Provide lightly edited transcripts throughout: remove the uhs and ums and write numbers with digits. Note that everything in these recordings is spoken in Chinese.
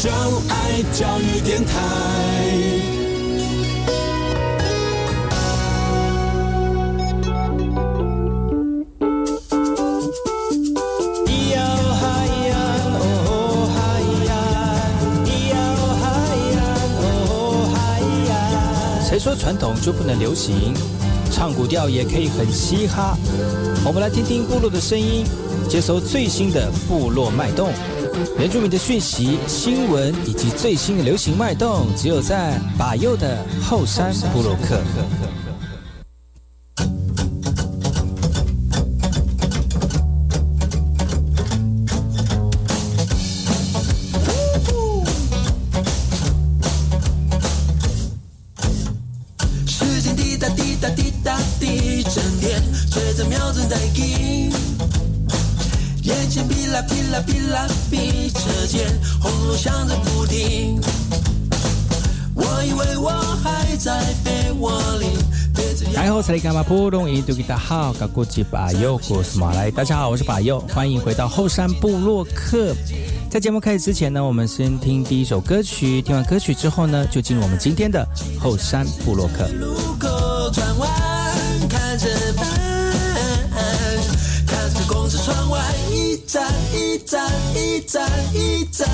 就爱教育电台。 谁说传统就不能流行？唱古调也可以很嘻哈。我们来听听部落的声音，接收最新的部落脉动、原住民的讯息、新闻以及最新的流行脉动，只有在把右的后山部落客。大家好，我是把右，欢迎回到后山部落客。在节目开始之前呢，我们先听第一首歌曲，听完歌曲之后呢，就进入我们今天的后山部落客。 转弯看着办，看着公车窗外一站一站一站一站，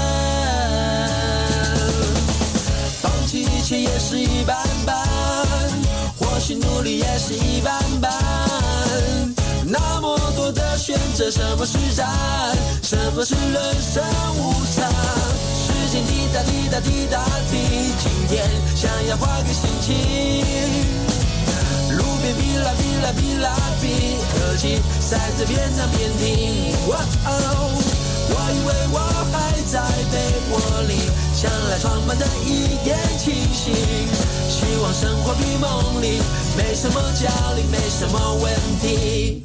放弃一切也是一般般，或许努力也是一般般，那么多的选择，什么是战，什么是人生无常，时间滴答滴答滴答滴，今天想要换个心情，路边哔啦哔啦哔啦哔，耳机塞着边唱边听，我以为我还在被窝里，想来床板的一点清醒，希望生活比梦里没什么焦虑，没什么问题。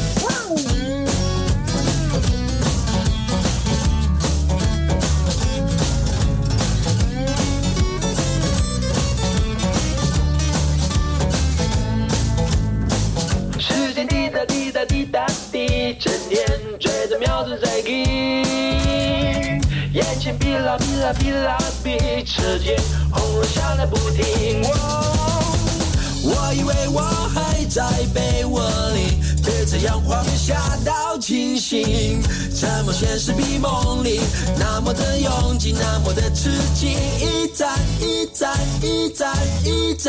时间滴答滴答滴答滴，整天追着秒针在给，眼前哔啦哔啦哔啦哔，车间轰隆响个不停。我以为我还在被窝里，被这样画面吓到清醒，怎么现实比梦里那么的拥挤，那么的刺激，一站一站一站一站，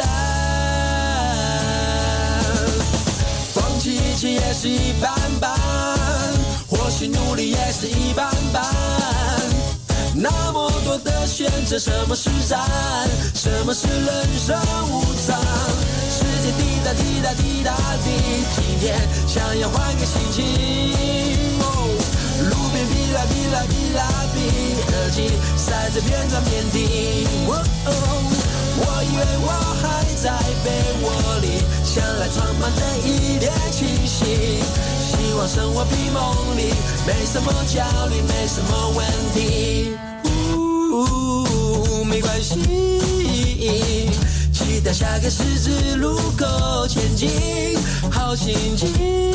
放弃一切也是一般般，或许努力也是一般般，那么多的选择，什么是战，什么是人生无常，时间滴答滴答滴答滴，今天想要换个心情，路边哔啦哔啦哔啦哔，耳机塞着边唱边听，我以为我还在被窝里，想来床板的一点清醒，希望生活比梦里没什么焦虑，没什么问题，没关系，期待下个十字路口前进，好心情，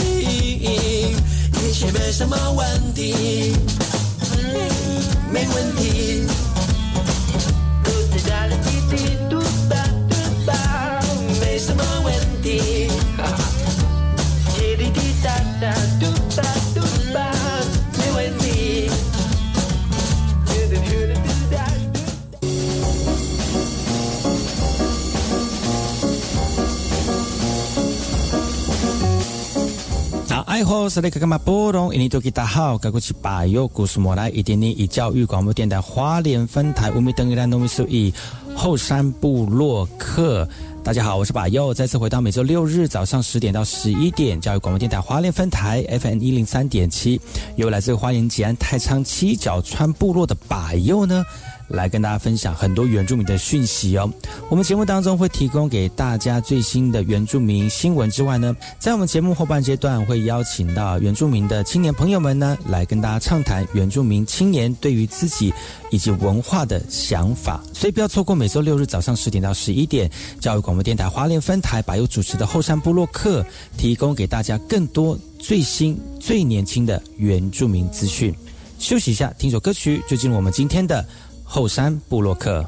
一切没什么问题，没问题。没什么问题，滴滴滴答答，嘟答嘟答，没问题。 爱好是那个干嘛波动？印尼多吉大好，该过去把右故事莫来一点点以教育广播电台花莲分台乌米登伊兰农民属以后山部落客。大家好，我是把右，再次回到每周六日早上10点到11点，教育广播电台花莲分台 FM 103.7，由来自花莲吉安太仓七角川部落的把右呢，来跟大家分享很多原住民的讯息哦。我们节目当中会提供给大家最新的原住民新闻之外呢，在我们节目后半阶段会邀请到原住民的青年朋友们呢，来跟大家畅谈原住民青年对于自己以及文化的想法。所以不要错过每周六日早上10点到11点，教育广播电台花莲分台把右主持的后山部落客，提供给大家更多最新最年轻的原住民资讯。休息一下，听首歌曲，就进入我们今天的后山部落客。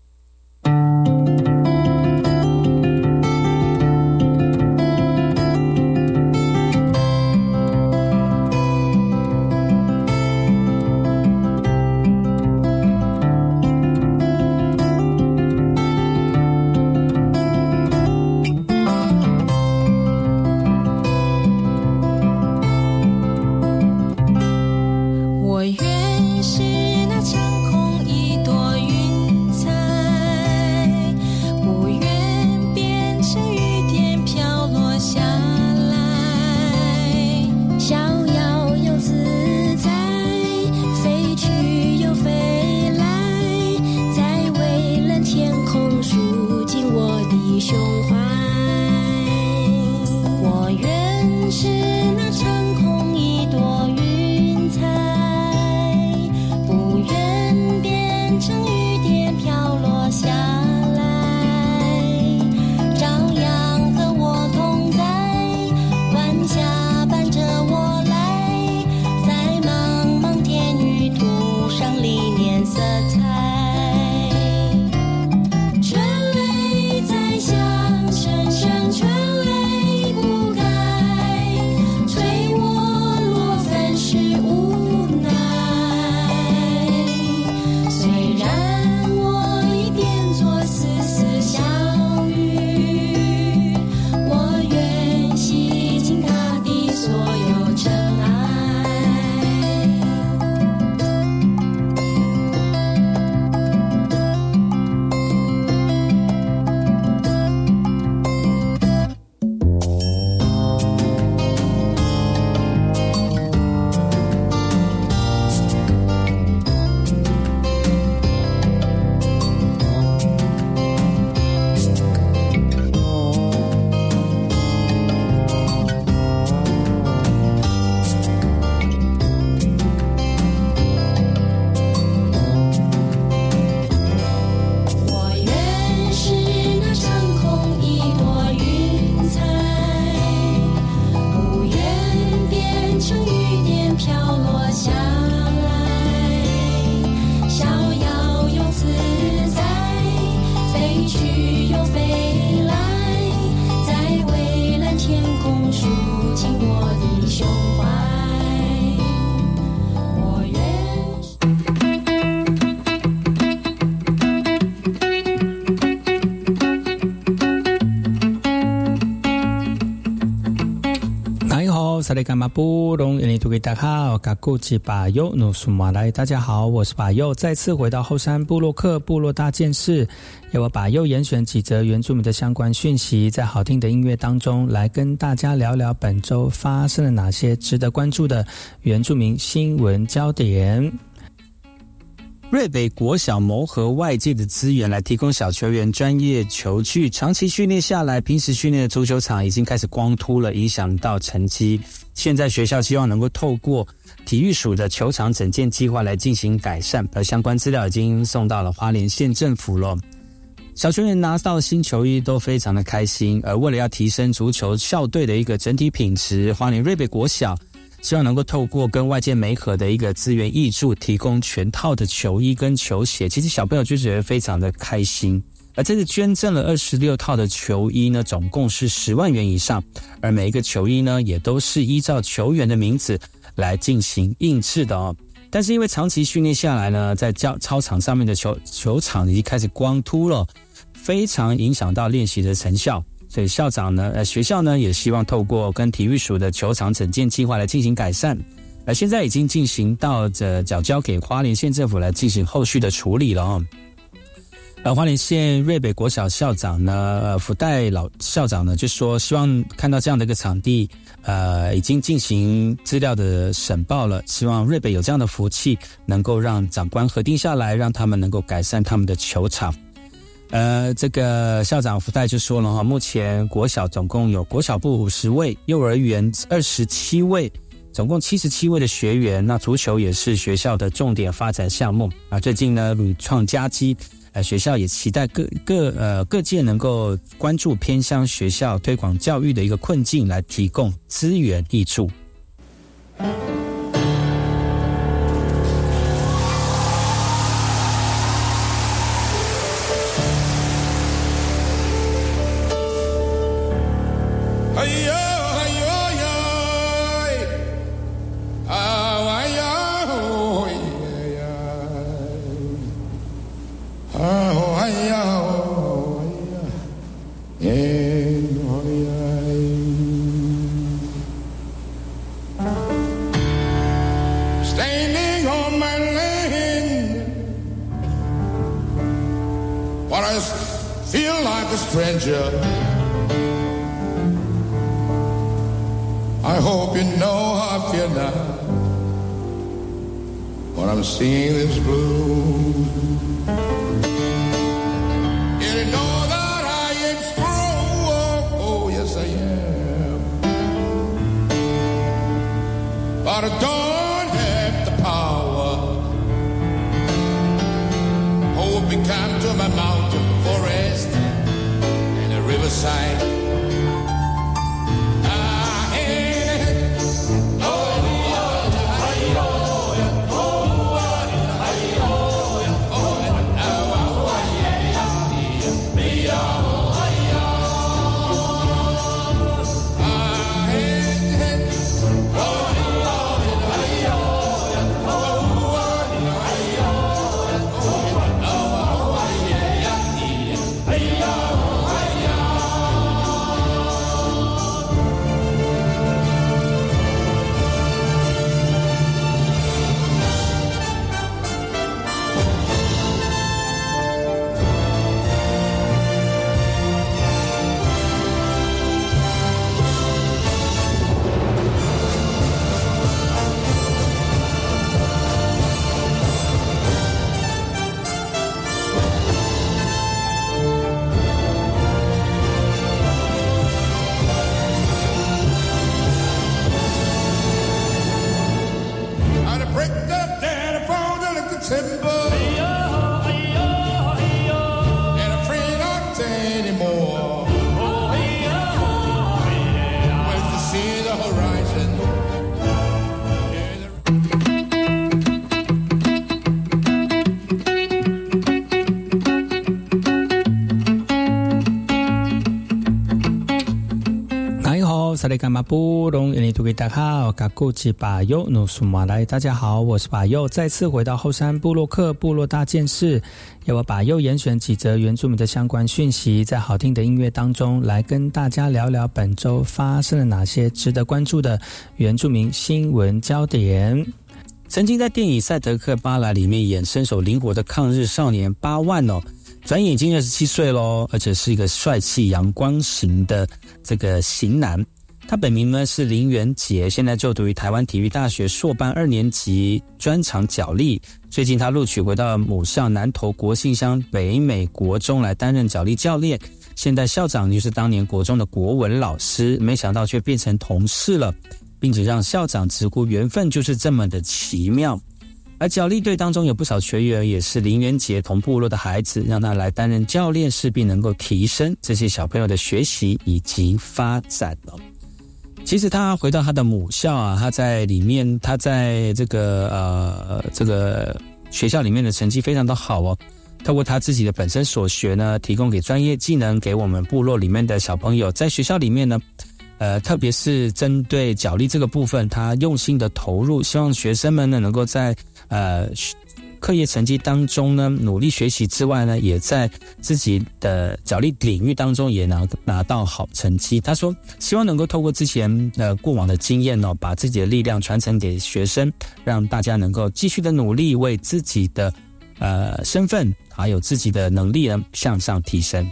大家好，我是把佑，再次回到后山部落客部落大件事，由我把佑严选几则原住民的相关讯息，在好听的音乐当中来跟大家聊聊本周发生了哪些值得关注的原住民新闻焦点。瑞北国小谋合外界的资源来提供小球员专业球具，长期训练下来，平时训练的足球场已经开始光秃了，影响到成绩。现在学校希望能够透过体育署的球场整建计划来进行改善，而相关资料已经送到了花莲县政府了。小球员拿到新球衣都非常的开心，而为了要提升足球校队的一个整体品质，花莲瑞北国小希望能够透过跟外界媒合的一个资源挹注，提供全套的球衣跟球鞋。其实小朋友就觉得非常的开心。而这次捐赠了26套的球衣呢，总共是10万元以上，而每一个球衣呢，也都是依照球员的名字来进行印制的哦。但是因为长期训练下来呢，在操场上面的球场已经开始光秃了，非常影响到练习的成效。所以学校呢也希望透过跟体育署的球场整建计划来进行改善，而现在已经进行到缴交给花莲县政府来进行后续的处理了哦。花莲县瑞北国小校长呢，福代老校长呢就说，希望看到这样的一个场地，已经进行资料的审报了，希望瑞北有这样的福气，能够让长官核定下来，让他们能够改善他们的球场。这个校长福代就说了哈，目前国小总共有国小部50位，幼儿园27位，总共77位的学员。那足球也是学校的重点发展项目啊。最近呢屡创佳绩，学校也期待各界能够关注偏乡学校推广教育的一个困境，来提供资源挹注。 but I feel like a stranger. I hope you know how I feel now when I'm seeing this blue. You know that I am strong, oh yes I am, but I don't have the power. Hope we come to my mountain forest and a riverside. 大家好，我是把右，再次回到后山部落客部落大件事，由我把右严选几则原住民的相关讯息，在好听的音乐当中来跟大家聊聊本周发生了哪些值得关注的原住民新闻焦点。曾经在电影《赛德克巴莱》里面演身手灵活的抗日少年巴万哦，转眼已经27岁咯，而且是一个帅气阳光型的这个型男。他本名呢是林元杰，现在就读于台湾体育大学硕班2年级，专长角力。最近他录取回到母校南投国姓乡北美国中来担任角力教练，现在校长就是当年国中的国文老师，没想到却变成同事了，并且让校长直呼缘分就是这么的奇妙。而角力队当中有不少学员也是林元杰同部落的孩子，让他来担任教练，势必能够提升这些小朋友的学习以及发展哦。其实他回到他的母校啊，他在里面，他在这个学校里面的成绩非常的好哦。透过他自己的本身所学呢，提供给专业技能给我们部落里面的小朋友，在学校里面呢，特别是针对角力这个部分，他用心的投入，希望学生们呢能够在课业成绩当中呢努力学习之外呢，也在自己的角力领域当中也拿到好成绩。他说希望能够透过之前过往的经验哦，把自己的力量传承给学生，让大家能够继续的努力，为自己的身份还有自己的能力呢向上提升。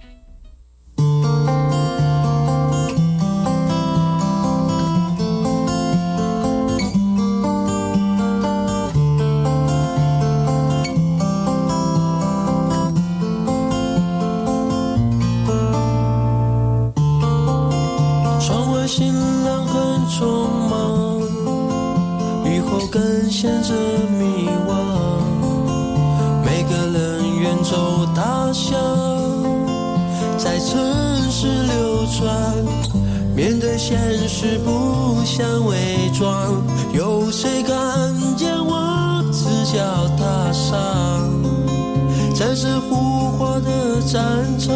显着迷惘，每个人远走他乡，在城市流转，面对现实不想伪装，有谁看见我赤脚踏上战士腐化的战场？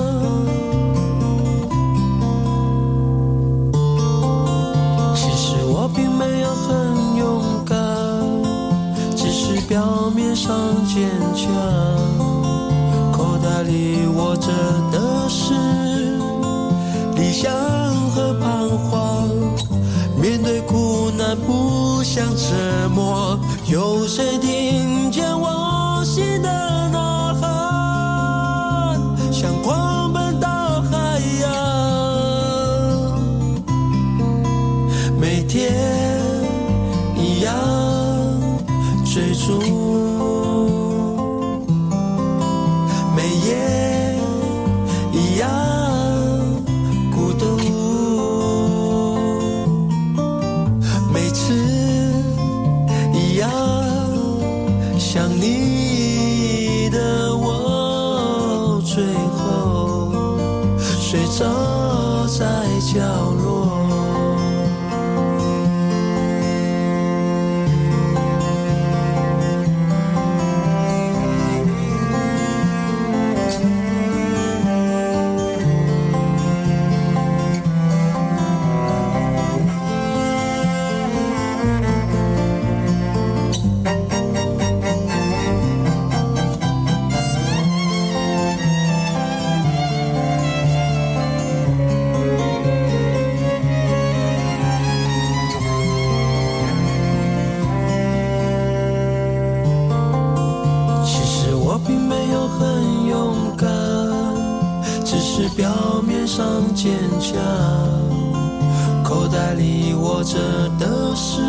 其实我并没有很勇敢，表面上坚强，口袋里握着的是理想和彷徨，面对苦难不想折磨，有谁听见我心的呐喊？ 住，每夜一样孤独，每次一样想你的我，最后睡着在角落。表面上坚强，口袋里握着的是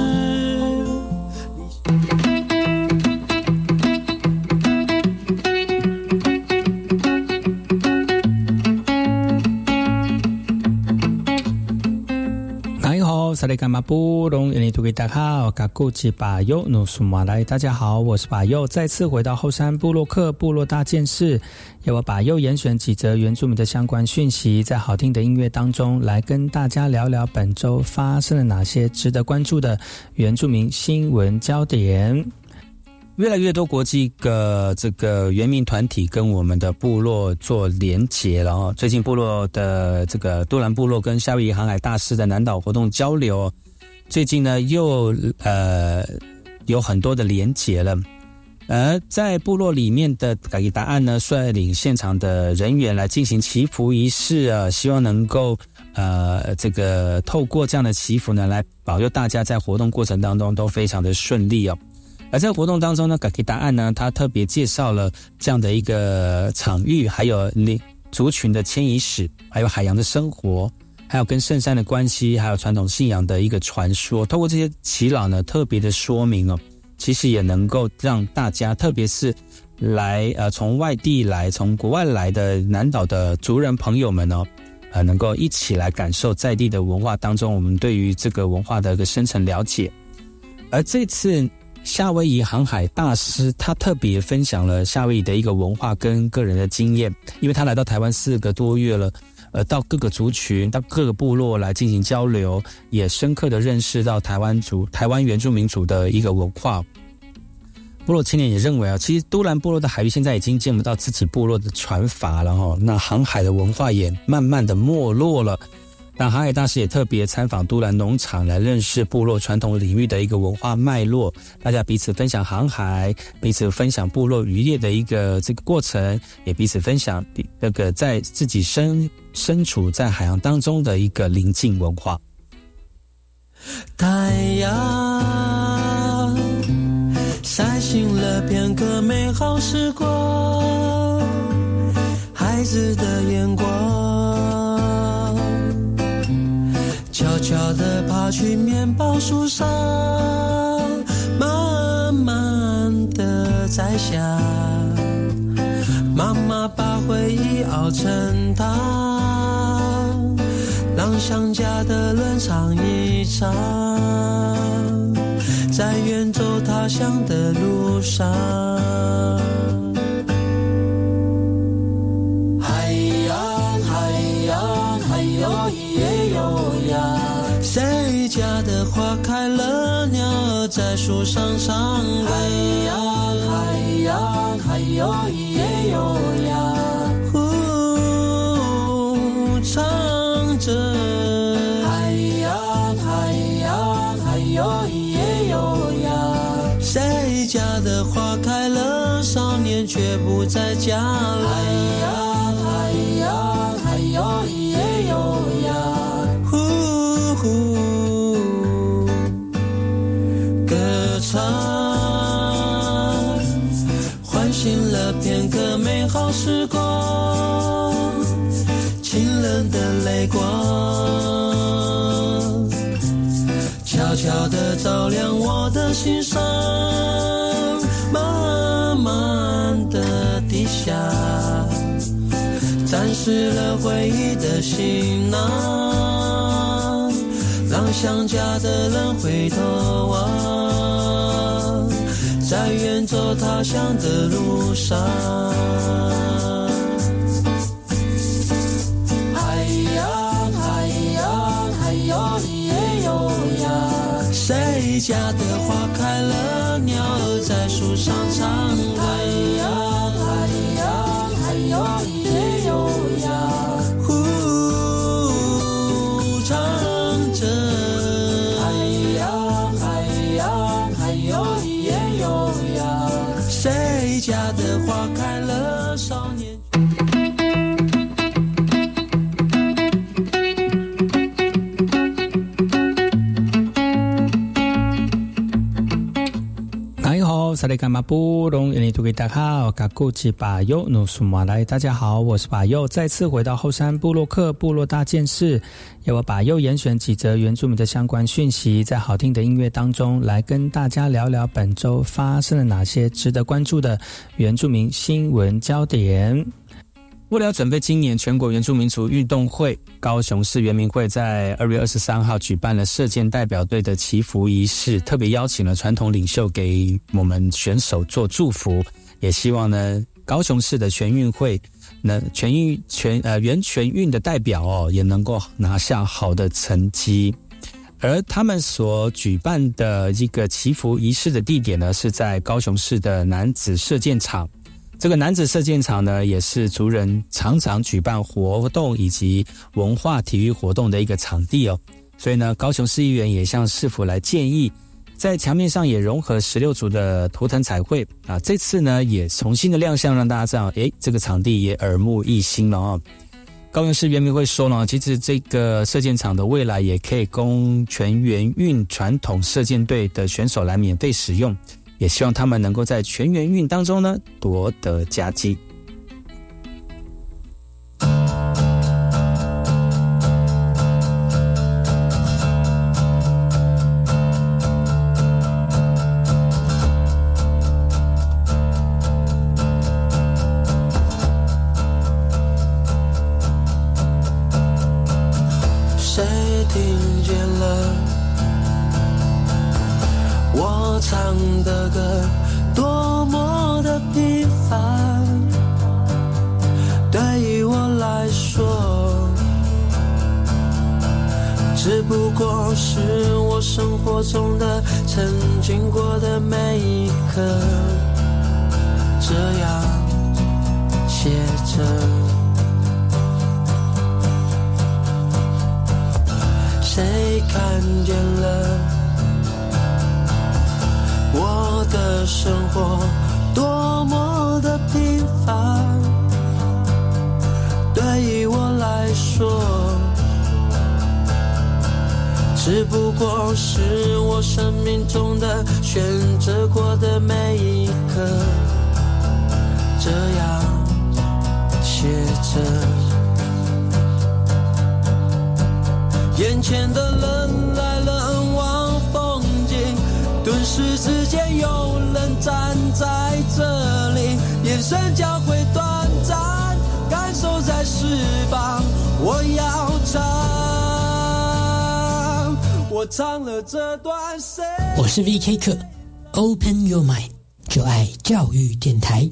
萨利甘马布隆印尼土著大号嘎古吉巴尤努苏马来，大家好，我是巴尤，再次回到后山部落客部落大件事，由我巴尤严选几则原住民的相关讯息，在好听的音乐当中来跟大家聊聊本周发生了哪些值得关注的原住民新闻焦点。越来越多国际的这个原民团体跟我们的部落做连结了哦。最近部落的这个都兰部落跟夏威夷航海大师的南岛活动交流，最近呢又有很多的连结了。在部落里面的嘎吉达案呢，率领现场的人员来进行祈福仪式啊，希望能够这个透过这样的祈福呢，来保佑大家在活动过程当中都非常的顺利哦。而在活动当中呢，嘎吉达案呢，他特别介绍了这样的一个场域，还有族群的迁移史，还有海洋的生活，还有跟圣山的关系，还有传统信仰的一个传说。透过这些耆老呢，特别的说明哦，其实也能够让大家，特别是来从外地来、从国外来的南岛的族人朋友们哦，能够一起来感受在地的文化当中，我们对于这个文化的一个深层了解。而这次夏威夷航海大师他特别分享了夏威夷的一个文化跟个人的经验，因为他来到台湾4个多月了，到各个族群、到各个部落来进行交流，也深刻的认识到台湾原住民族的一个文化。部落青年也认为啊，其实都兰部落的海域现在已经见不到自己部落的船筏了哈，那航海的文化也慢慢的没落了。那航海大师也特别参访都兰农场，来认识部落传统领域的一个文化脉络，大家彼此分享航海，彼此分享部落渔猎的一个这个过程，也彼此分享这个在自己身处在海洋当中的一个邻近文化。 太阳晒醒了片刻美好时光，孩子的眼光悄悄地爬去面包树上，慢慢地摘下，妈妈把回忆熬成汤，让想家的人唱一唱，在远走他乡的路上。海洋海洋海哟咿耶哟呀，谁家的花开了，鸟儿在树上唱。海洋海洋海哟咿耶哟呀，唱着海洋海洋海哟咿耶哟呀，谁家的花开了，少年却不在家了。海洋海洋海哟咿耶哟呀，歌唱唤醒了片刻美好时光，亲人的泪光悄悄地照亮我的心上， 满湿了回忆的行囊，让想家的人回头望，在远走他乡的路上。嗨呀嗨呀嗨哟耶哟呀，谁家的花开了，鸟儿在树上唱。嗨呀嗨呀嗨哟耶哟呀，唱着。嗨呀嗨呀嗨哟耶哟呀，谁家的花开了，少年。 萨利干嘛布隆印尼图给大家好，嘎古吉巴尤努苏马来，大家好，我是巴尤，再次回到后山部落客部落大件事，由我巴尤严选几则原住民的相关讯息，在好听的音乐当中来跟大家聊聊本周发生了哪些值得关注的原住民新闻焦点。为了准备今年全国原住民族运动会，高雄市原民会在2月23号举办了射箭代表队的祈福仪式，特别邀请了传统领袖给我们选手做祝福，也希望呢高雄市的全运会原全运的代表也能够拿下好的成绩。而他们所举办的一个祈福仪式的地点呢，是在高雄市的男子射箭场。这个男子射箭场呢，也是族人常常举办活动以及文化体育活动的一个场地哦。所以呢，高雄市议员也向市府来建议，在墙面上也融合16组的图腾彩绘啊。这次呢，也重新的亮相，让大家知道，这个场地也耳目一新了哦。高雄市原民会说呢，其实这个射箭场的未来也可以供全原运传统射箭队的选手来免费使用。也希望他们能够在全员运当中呢夺得佳绩。 谁听见了我唱的歌多么的平凡，对于我来说只不过是我生活中的曾经过的每一刻，这样写着。谁看见了我的生活多么的平凡，对于我来说只不过是我生命中的选择过的每一刻，这样写着。眼前的人来人往风景，顿时之间有人站在这里，眼神交汇短暂，感受在释放。我要唱，我唱了这段谁。 我是 VK 客 Open Your Mind， 就爱教育电台。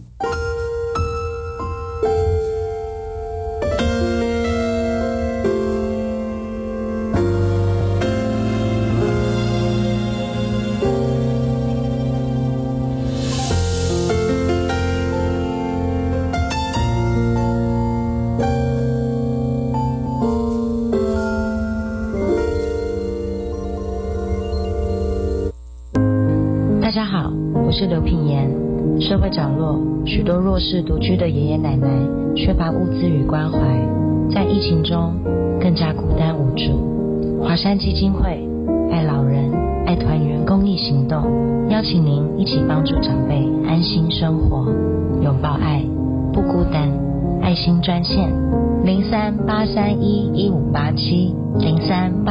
大家好，我是刘品言。社会角落许多弱势独居的爷爷奶奶缺乏物资与关怀，在疫情中更加孤单无助。华山基金会爱老人爱团圆公益行动，邀请您一起帮助长辈安心生活，拥抱爱，不孤单。爱心专线03-831-1587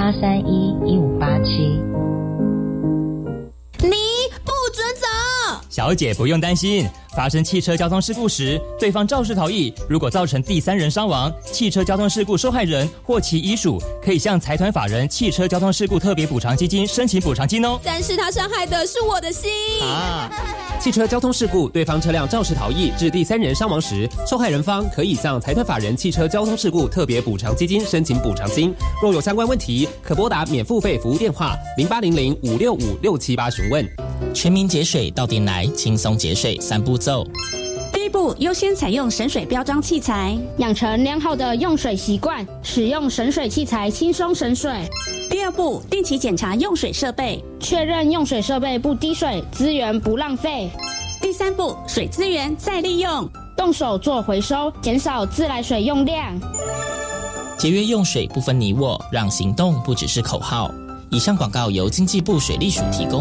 03-831-1587。 你不准走！ 小姐不用担心，发生汽车交通事故时，对方肇事逃逸，如果造成第三人伤亡，汽车交通事故受害人或其遗属可以向财团法人汽车交通事故特别补偿基金申请补偿金哦。 但是他伤害的是我的心啊！汽车交通事故，对方车辆肇事逃逸致第三人伤亡时，受害人方可以向财团法人汽车交通事故特别补偿基金申请补偿金。若有相关问题，可拨打免付费服务电话0800-565-678询问。 全民节水到点来，轻松节水3步骤。 第一步，优先采用省水标章器材， 养成良好的用水习惯，使用省水器材轻松省水。 第二步，定期检查用水设备， 确认用水设备不滴水，资源不浪费。 第三步，水资源再利用， 动手做回收，减少自来水用量。 节约用水不分你我，让行动不只是口号。以上广告由经济部水利署提供。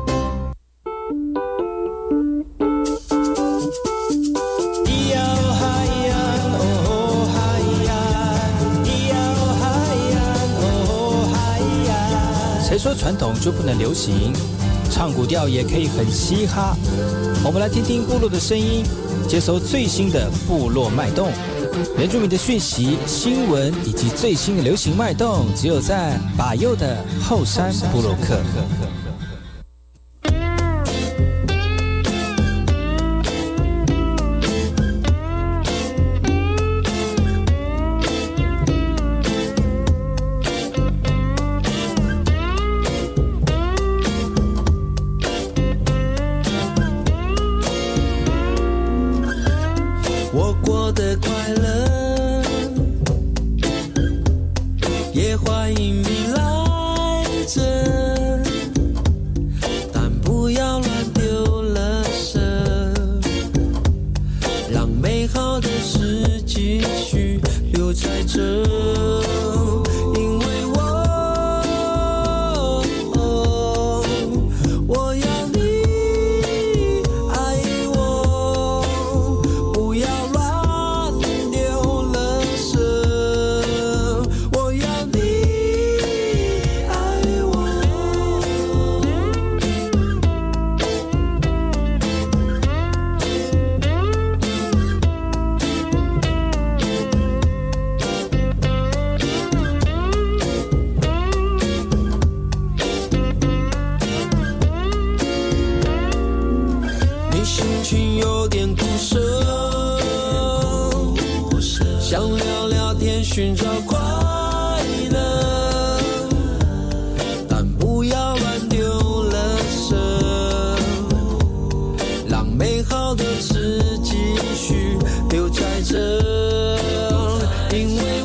谁说传统就不能流行？唱古调也可以很嘻哈。我们来听听部落的声音，接收最新的部落脉动、原住民的讯息、新闻以及最新的流行脉动，只有在把右的后山部落客。 我过得快乐，也欢迎你来这，但不要乱丢垃圾，让美好的事继续留在这，因为我要你爱我，不要乱丢垃圾，我要你爱我。你心情有点苦涩，想聊聊天寻找快乐，但不要乱丢垃圾，让美好的事继续留在这，因为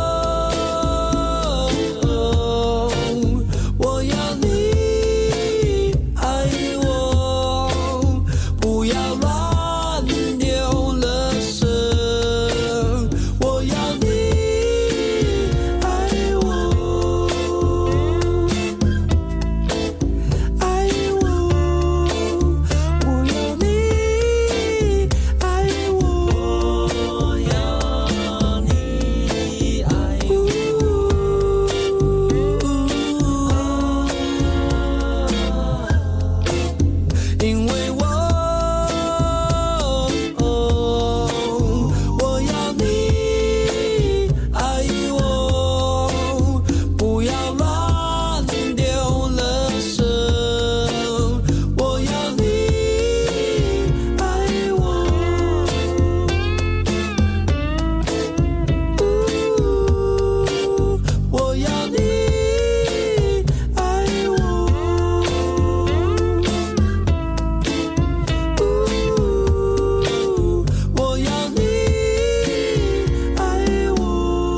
我要你爱我，不要乱丢垃圾，我要你爱我，爱我，我要你爱我，我要你爱我，因为我要你爱我，不要乱丢垃圾，我要你爱我，我要你爱我，我要你爱我。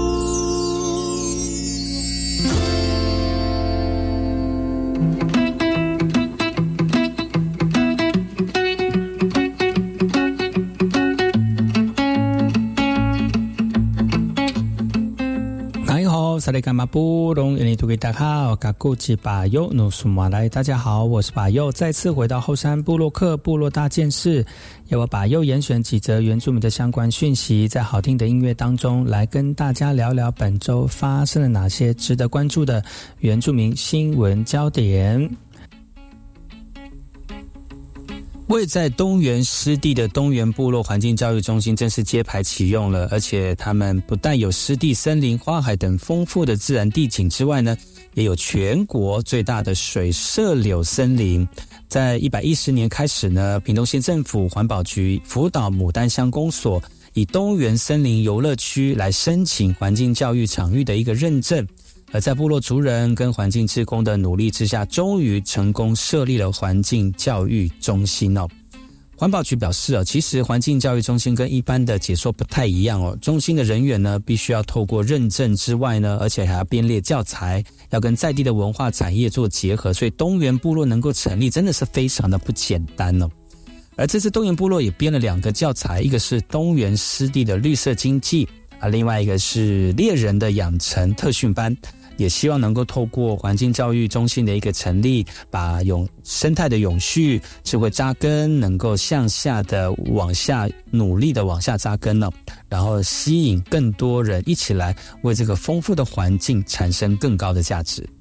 大家好，萨利干马布隆印尼图给大家好，嘎古吉巴尤努苏马来，大家好，我是巴尤，再次回到后山部落客部落大件事，由我巴尤严选几则原住民的相关讯息，在好听的音乐当中来跟大家聊聊本周发生了哪些值得关注的原住民新闻焦点。 位在东源湿地的东源部落环境教育中心正式揭牌启用了，而且他们不但有湿地、森林、花海等丰富的自然地景之外呢，也有全国最大的水柘柳森林。在110年开始呢，屏东县政府环保局辅导牡丹乡公所以东源森林游乐区来申请环境教育场域的一个认证。而在部落族人跟环境志工的努力之下，终于成功设立了环境教育中心哦。环保局表示其实环境教育中心跟一般的解说不太一样哦。中心的人员呢，必须要透过认证之外呢，而且还要编列教材，要跟在地的文化产业做结合，所以东源部落能够成立，真的是非常的不简单哦。而这次东源部落也编了2个教材，一个是东源湿地的绿色经济另外一个是猎人的养成特训班。也希望能够透过环境教育中心的一个成立，把生态的永续、智慧扎根，能够向下的往下努力的往下扎根了，然后吸引更多人一起来为这个丰富的环境产生更高的价值。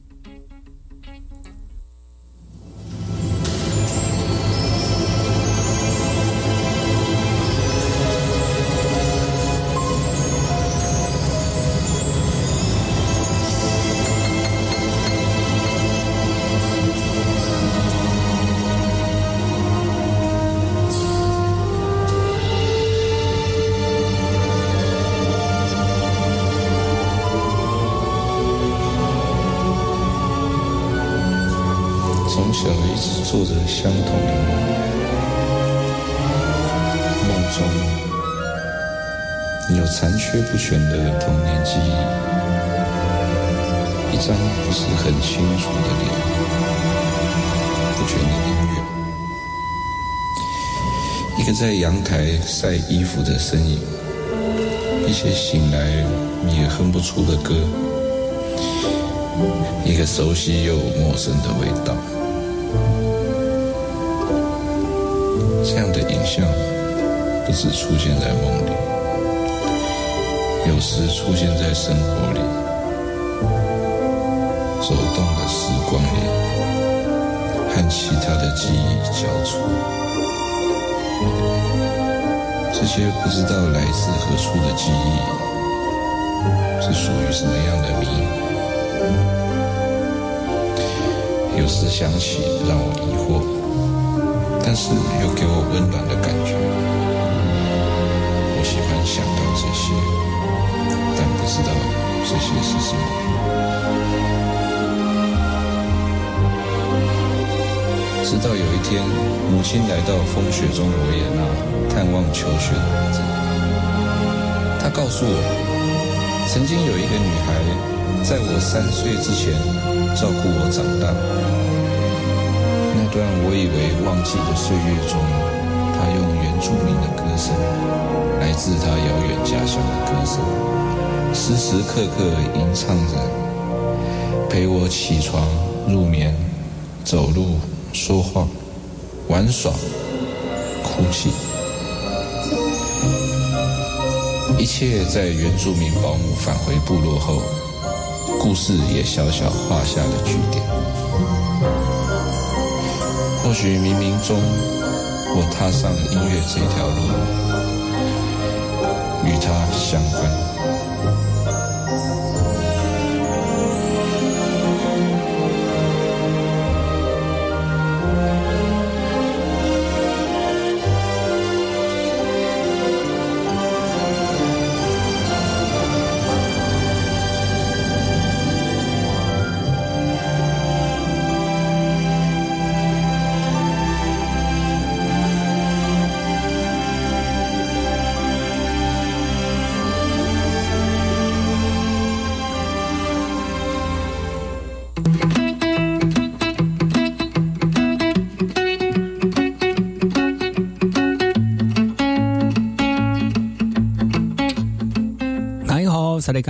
做着相同的梦中有残缺不全的童年记忆，一张不是很清楚的脸，不全的音乐，一个在阳台晒衣服的身影，一些醒来也哼不出的歌，一个熟悉又陌生的味道。这样的影像不只出现在梦里，有时出现在生活里，走动的时光里，和其他的记忆交错。这些不知道来自何处的记忆，是属于什么样的谜？有时想起让我疑惑，但是又给我温暖的感觉。我喜欢想到这些，但不知道这些是什么。直到有一天，母亲来到风雪中的维也纳探望求学的儿子，她告诉我，曾经有一个女孩在我3岁之前照顾我长大。那段我以为忘记的岁月中，他用原住民的歌声，来自他遥远家乡的歌声，时时刻刻吟唱着，陪我起床、入眠、走路、说话、玩耍、哭泣。一切在原住民保姆返回部落后，故事也小小画下了句点。或许冥冥中，我踏上音乐这条路，与它相关。 大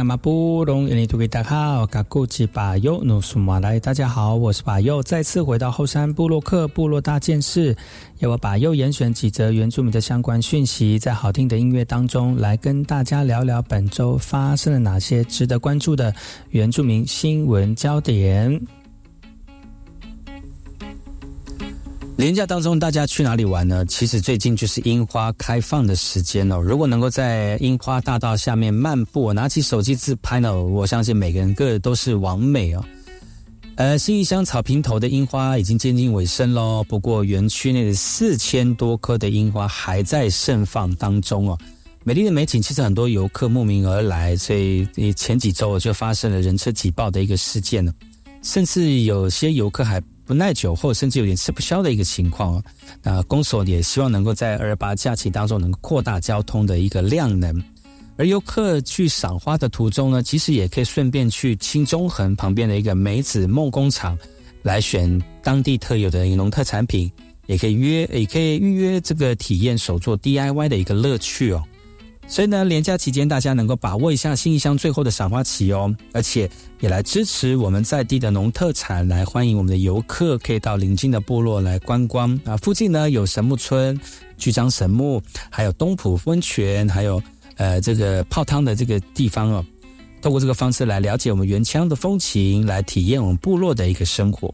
家好，我是把佑，再次回到后山部落客部落大件事，由我把佑严选几则原住民的相关讯息，在好听的音乐当中来跟大家聊聊本周发生了哪些值得关注的原住民新闻焦点。 连假当中大家去哪里玩呢？其实最近就是樱花开放的时间哦。如果能够在樱花大道下面漫步，拿起手机自拍呢，我相信每个人个都是完美哦。新义乡草坪头的樱花已经接近尾声咯，不过园区内的4000多棵的樱花还在盛放当中哦。美丽的美景，其实很多游客慕名而来，所以前几周就发生了人车挤爆的一个事件呢，甚至有些游客还不耐久候，甚至有点吃不消的一个情况哦。那公所也希望能够在228假期当中能够扩大交通的一个量能。而游客去赏花的途中呢，其实也可以顺便去青中横旁边的一个梅子梦工厂来选当地特有的农特产品，也可以预约这个体验手作 DIY 的一个乐趣哦。所以呢，连假期间大家能够把握一下新义乡最后的赏花期哦，而且也来支持我们在地的农特产，来欢迎我们的游客可以到邻近的部落来观光啊。附近呢有神木村、居章神木，还有东埔温泉，还有这个泡汤的这个地方哦。透过这个方式来了解我们原乡的风情，来体验我们部落的一个生活。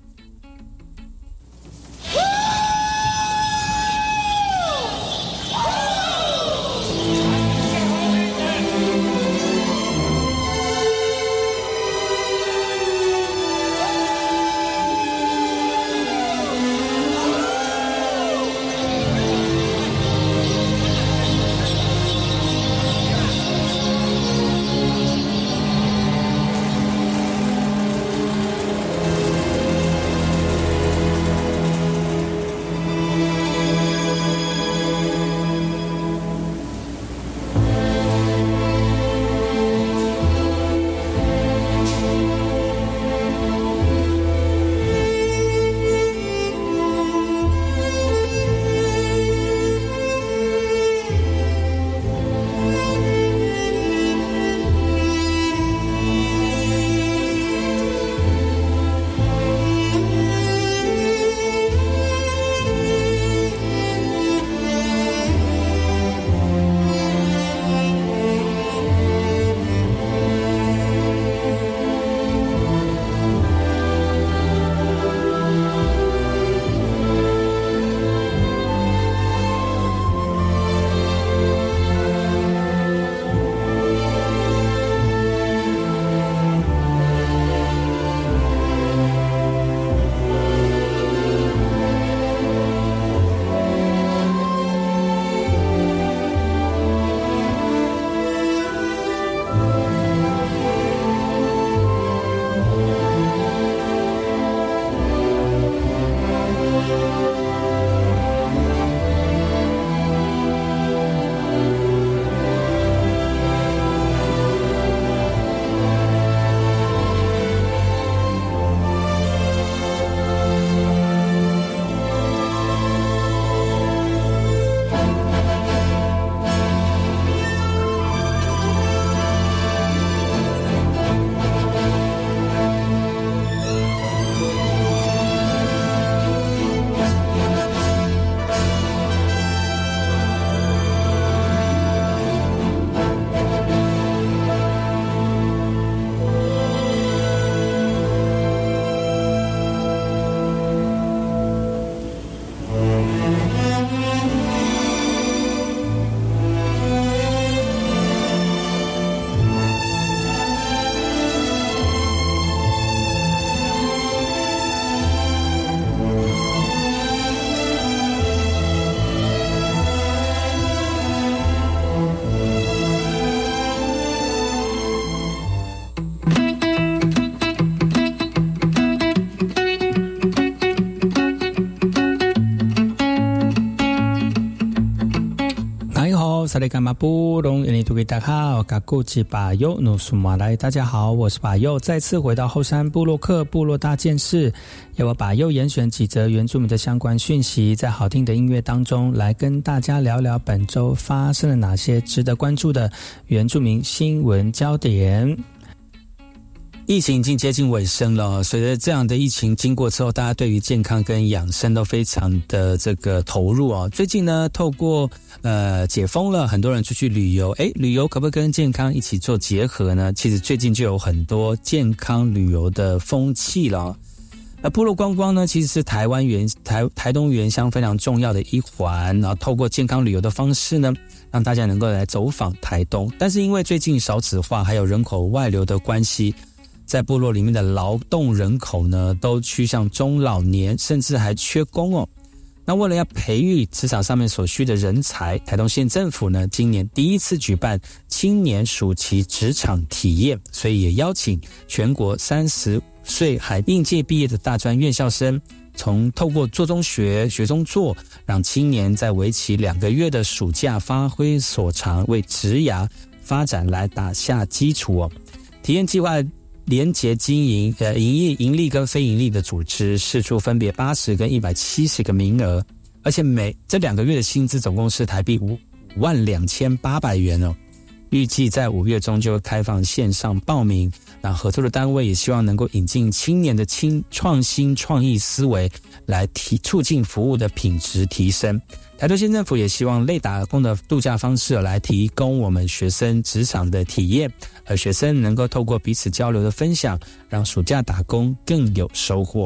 萨利干嘛布隆印尼图给大家嘎古吉巴尤努苏马来，大家好，我是巴尤，再次回到后山部落客部落大件事，要我巴尤严选几则原住民的相关讯息，在好听的音乐当中来跟大家聊聊本周发生了哪些值得关注的原住民新闻焦点。疫情已经接近尾声了，随着这样的疫情经过之后，大家对于健康跟养生都非常的这个投入哦。最近呢，透过解封了，很多人出去旅游，旅游可不可以跟健康一起做结合呢？其实最近就有很多健康旅游的风气了。 部落观光呢，其实是台东原乡非常重要的一环，然后透过健康旅游的方式呢，让大家能够来走访台东。但是因为最近少子化还有人口外流的关系，在部落里面的劳动人口呢，都趋向中老年，甚至还缺工哦。那为了要培育职场上面所需的人才，台东县政府呢，今年第一次举办青年暑期职场体验，所以也邀请全国30岁还应届毕业的大专院校生，透过做中学，学中做，让青年在为期2个月的暑假发挥所长，为职涯发展来打下基础哦。体验计划连结经营盈利跟非盈利的组织，释出分别80跟170个名额，而且这2个月的薪资总共是台币52800元哦。预计在5月中就会开放线上报名，那合作的单位也希望能够引进青年的创新创意思维，来促进服务的品质提升。台东县政府也希望类打工的度假方式来提供我们学生职场的体验，而学生能够透过彼此交流的分享，让暑假打工更有收获。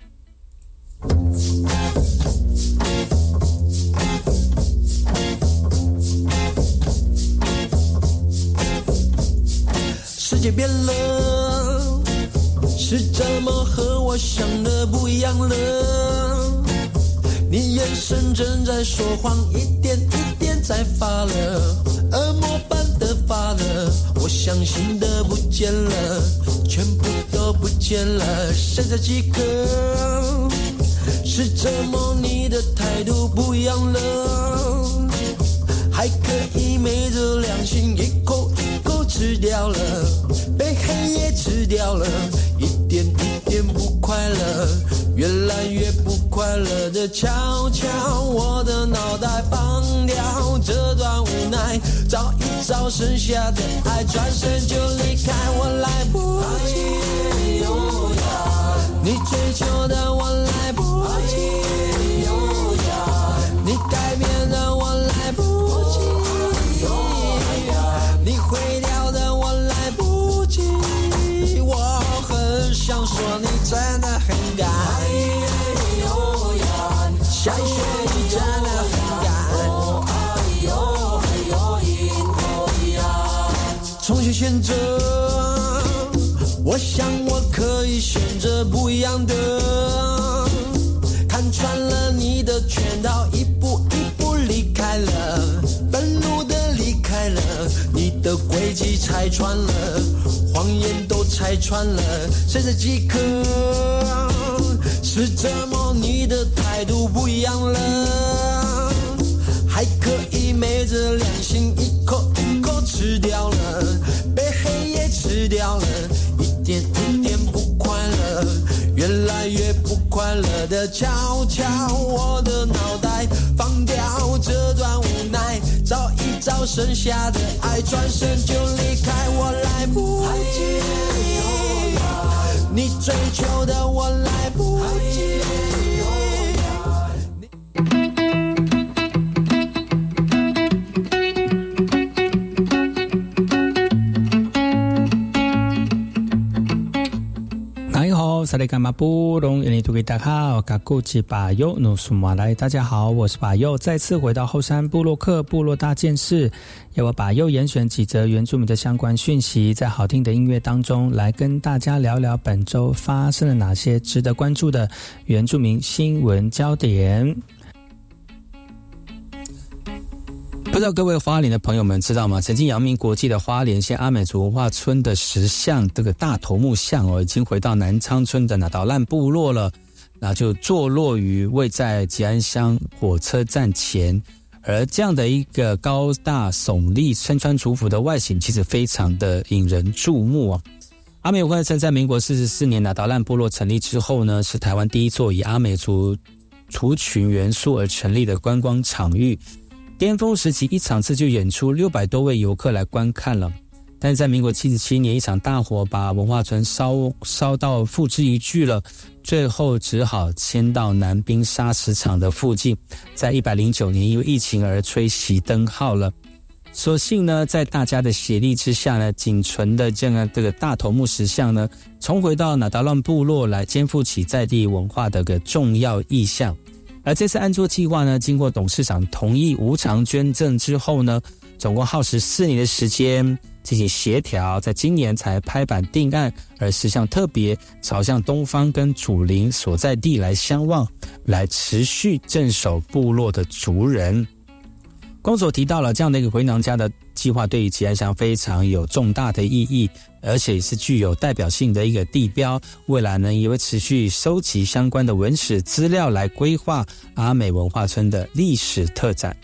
世界变了，是怎么和我想的不一样了？你眼神正在说谎，一点一点在发了，恶魔般的发了，我相信的不见了，全部都不见了，剩下几颗？是怎么你的态度不一样了？还可以昧着良心一口一口吃掉了，被黑夜吃掉了，一点一点不快乐，越来越不快乐的悄悄，我的脑袋放掉这段无奈，找一找剩下的爱，转身就离开，我来不及，你追求的我来不及，你改变的我来不及，你毁掉的我来不及，我很想说你真的很敢，下雪你真的很敢，重新选择，我想我可以选择不一样的，看穿了你的圈套，一步一步离开了，愤怒的离开了，你的轨迹拆穿了，谎言都拆穿了，剩下几颗？是怎么你的态度不一样了？还可以昧着良心一口一口吃掉了，被黑夜吃掉了，一点一点不快乐，越来越不快乐的悄悄，我的脑袋放掉这段无奈，找一找剩下的爱，转身就离开，我来不及，你追求的我来不及。 萨利干马布隆印尼图给大家嘎古吉巴尤努苏马来，大家好，我是巴尤，再次回到后山部落客部落大件事，要我巴尤严选几则原住民的相关讯息，在好听的音乐当中来跟大家聊聊本周发生了哪些值得关注的原住民新闻焦点。不知道各位花莲的朋友们知道吗？曾经扬名国际的花莲县阿美族文化村的石像，这个大头目像已经回到南昌村的那岛烂部落了，那就坐落于位在吉安乡火车站前。而这样的一个高大耸立、身穿族服的外形，其实非常的引人注目啊。阿美文化村在民国44年那岛烂部落成立之后呢，是台湾第一座以阿美族族群元素而成立的观光场域。巅峰时期一场次就演出600多位游客来观看了，但是在民国77年一场大火把文化村烧到付之一炬了，最后只好迁到南滨砂石场的附近，在109年因为疫情而吹熄灯号了。 所幸呢，在大家的协力之下呢，仅存的这个大头目石像呢，重回到那达乱部落来肩负起在地文化的个重要意向。而这次安作计划呢，经过董事长同意无偿捐赠之后呢，总共耗时4年的时间进行协调，在今年才拍板定案，而石像特别朝向东方跟祖灵所在地来相望，来持续镇守部落的族人。公所提到了这样的一个回娘家的计划，对于吉安乡非常有重大的意义，而且是具有代表性的一个地标。未来呢，也会持续收集相关的文史资料，来规划阿美文化村的历史特展。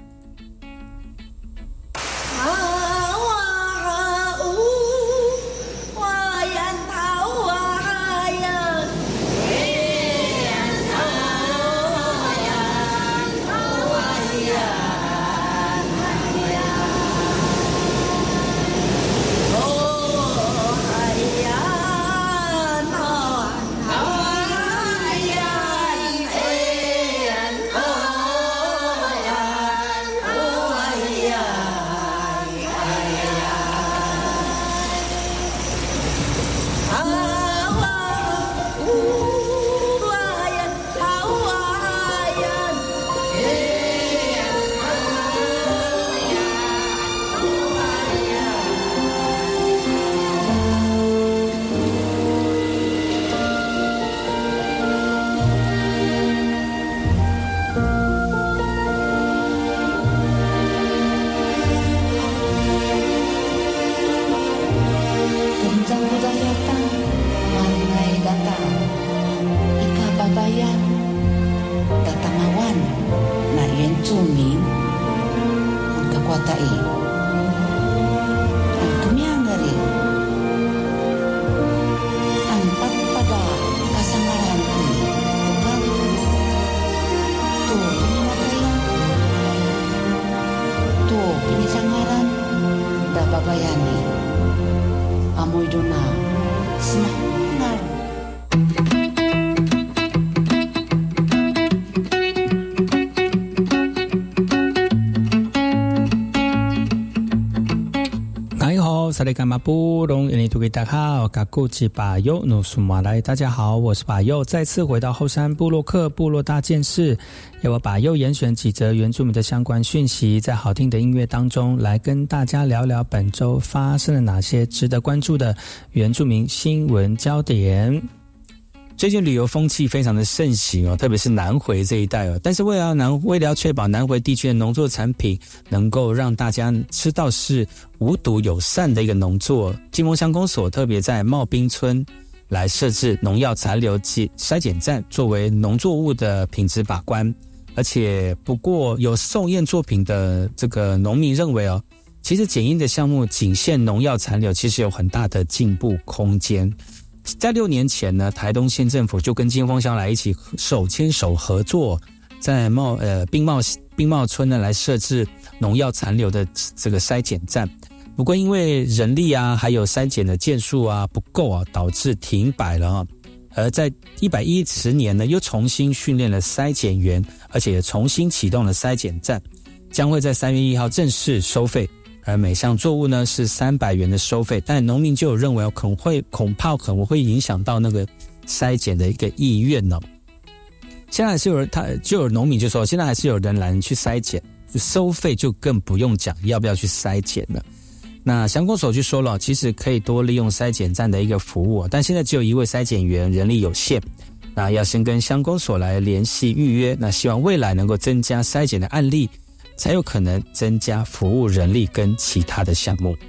大家好，我是把右，再次回到后山部落客部落大件事，由我把右严选几则原住民的相关讯息，在好听的音乐当中来跟大家聊聊本周发生了哪些值得关注的原住民新闻焦点。最近旅游风气非常的盛行哦，特别是南回这一带哦。但是为了要确保南回地区的农作产品能够让大家吃到是无毒友善的一个农作，金峰乡公所特别在茂滨村来设置农药残留筛检站，作为农作物的品质把关。而且不过有送验作品的这个农民认为哦，其实检验的项目仅限农药残留，其实有很大的进步空间。在6年前呢，台东县政府就跟金峰乡来一起手牵手合作，在冰茂村呢来设置农药残留的这个筛检站。不过因为人力啊还有筛检的件数啊不够啊，导致停摆了啊。而在110年呢，又重新训练了筛检员，而且也重新启动了筛检站，将会在3月1号正式收费。而每项作物呢是300元的收费，但农民就有认为恐怕可能会影响到那个筛检的一个意愿呢。现在还是有农民就说，现在还是有人来去筛检，就收费就更不用讲要不要去筛检了。那乡公所就说了，其实可以多利用筛检站的一个服务，但现在只有1位筛检员，人力有限，那要先跟乡公所来联系预约，那希望未来能够增加筛检的案例，才有可能增加服务人力跟其他的项目。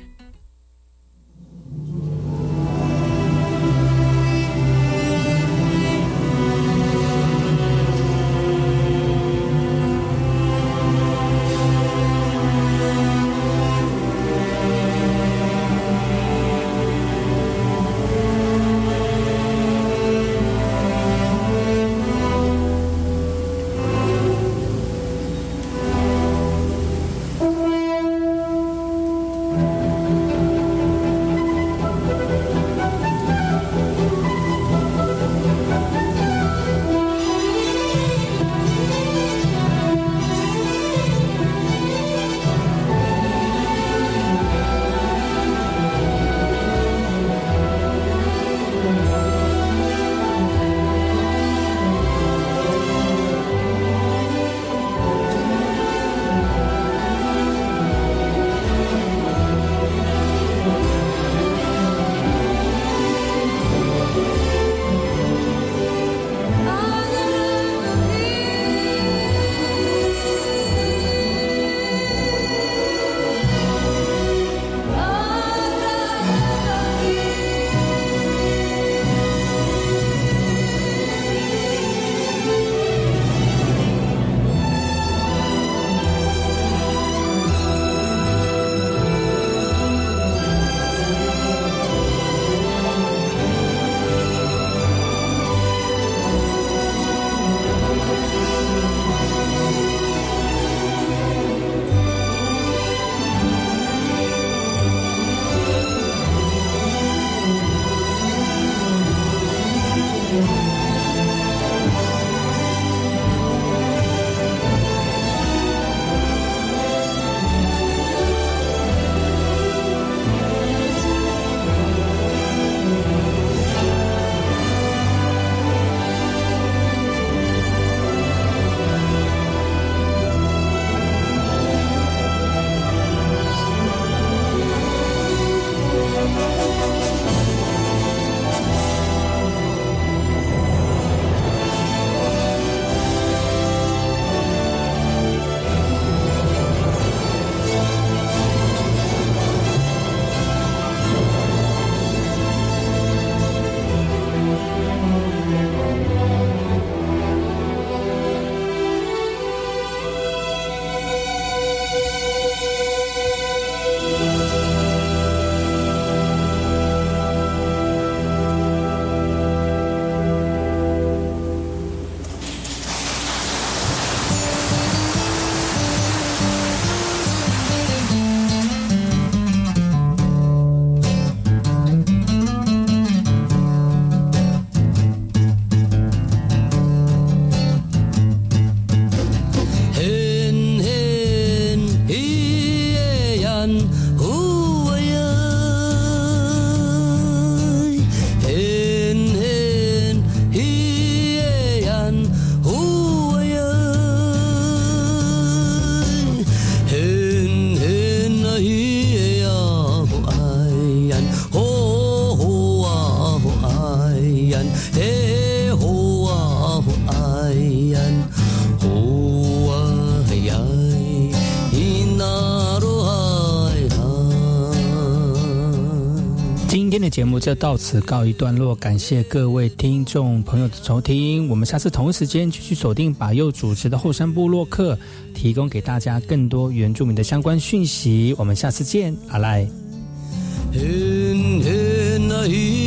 天的节目就到此告一段落，感谢各位听众朋友的收听，我们下次同一时间继续锁定把佑主持的后山部落客，提供给大家更多原住民的相关讯息，我们下次见，阿赖。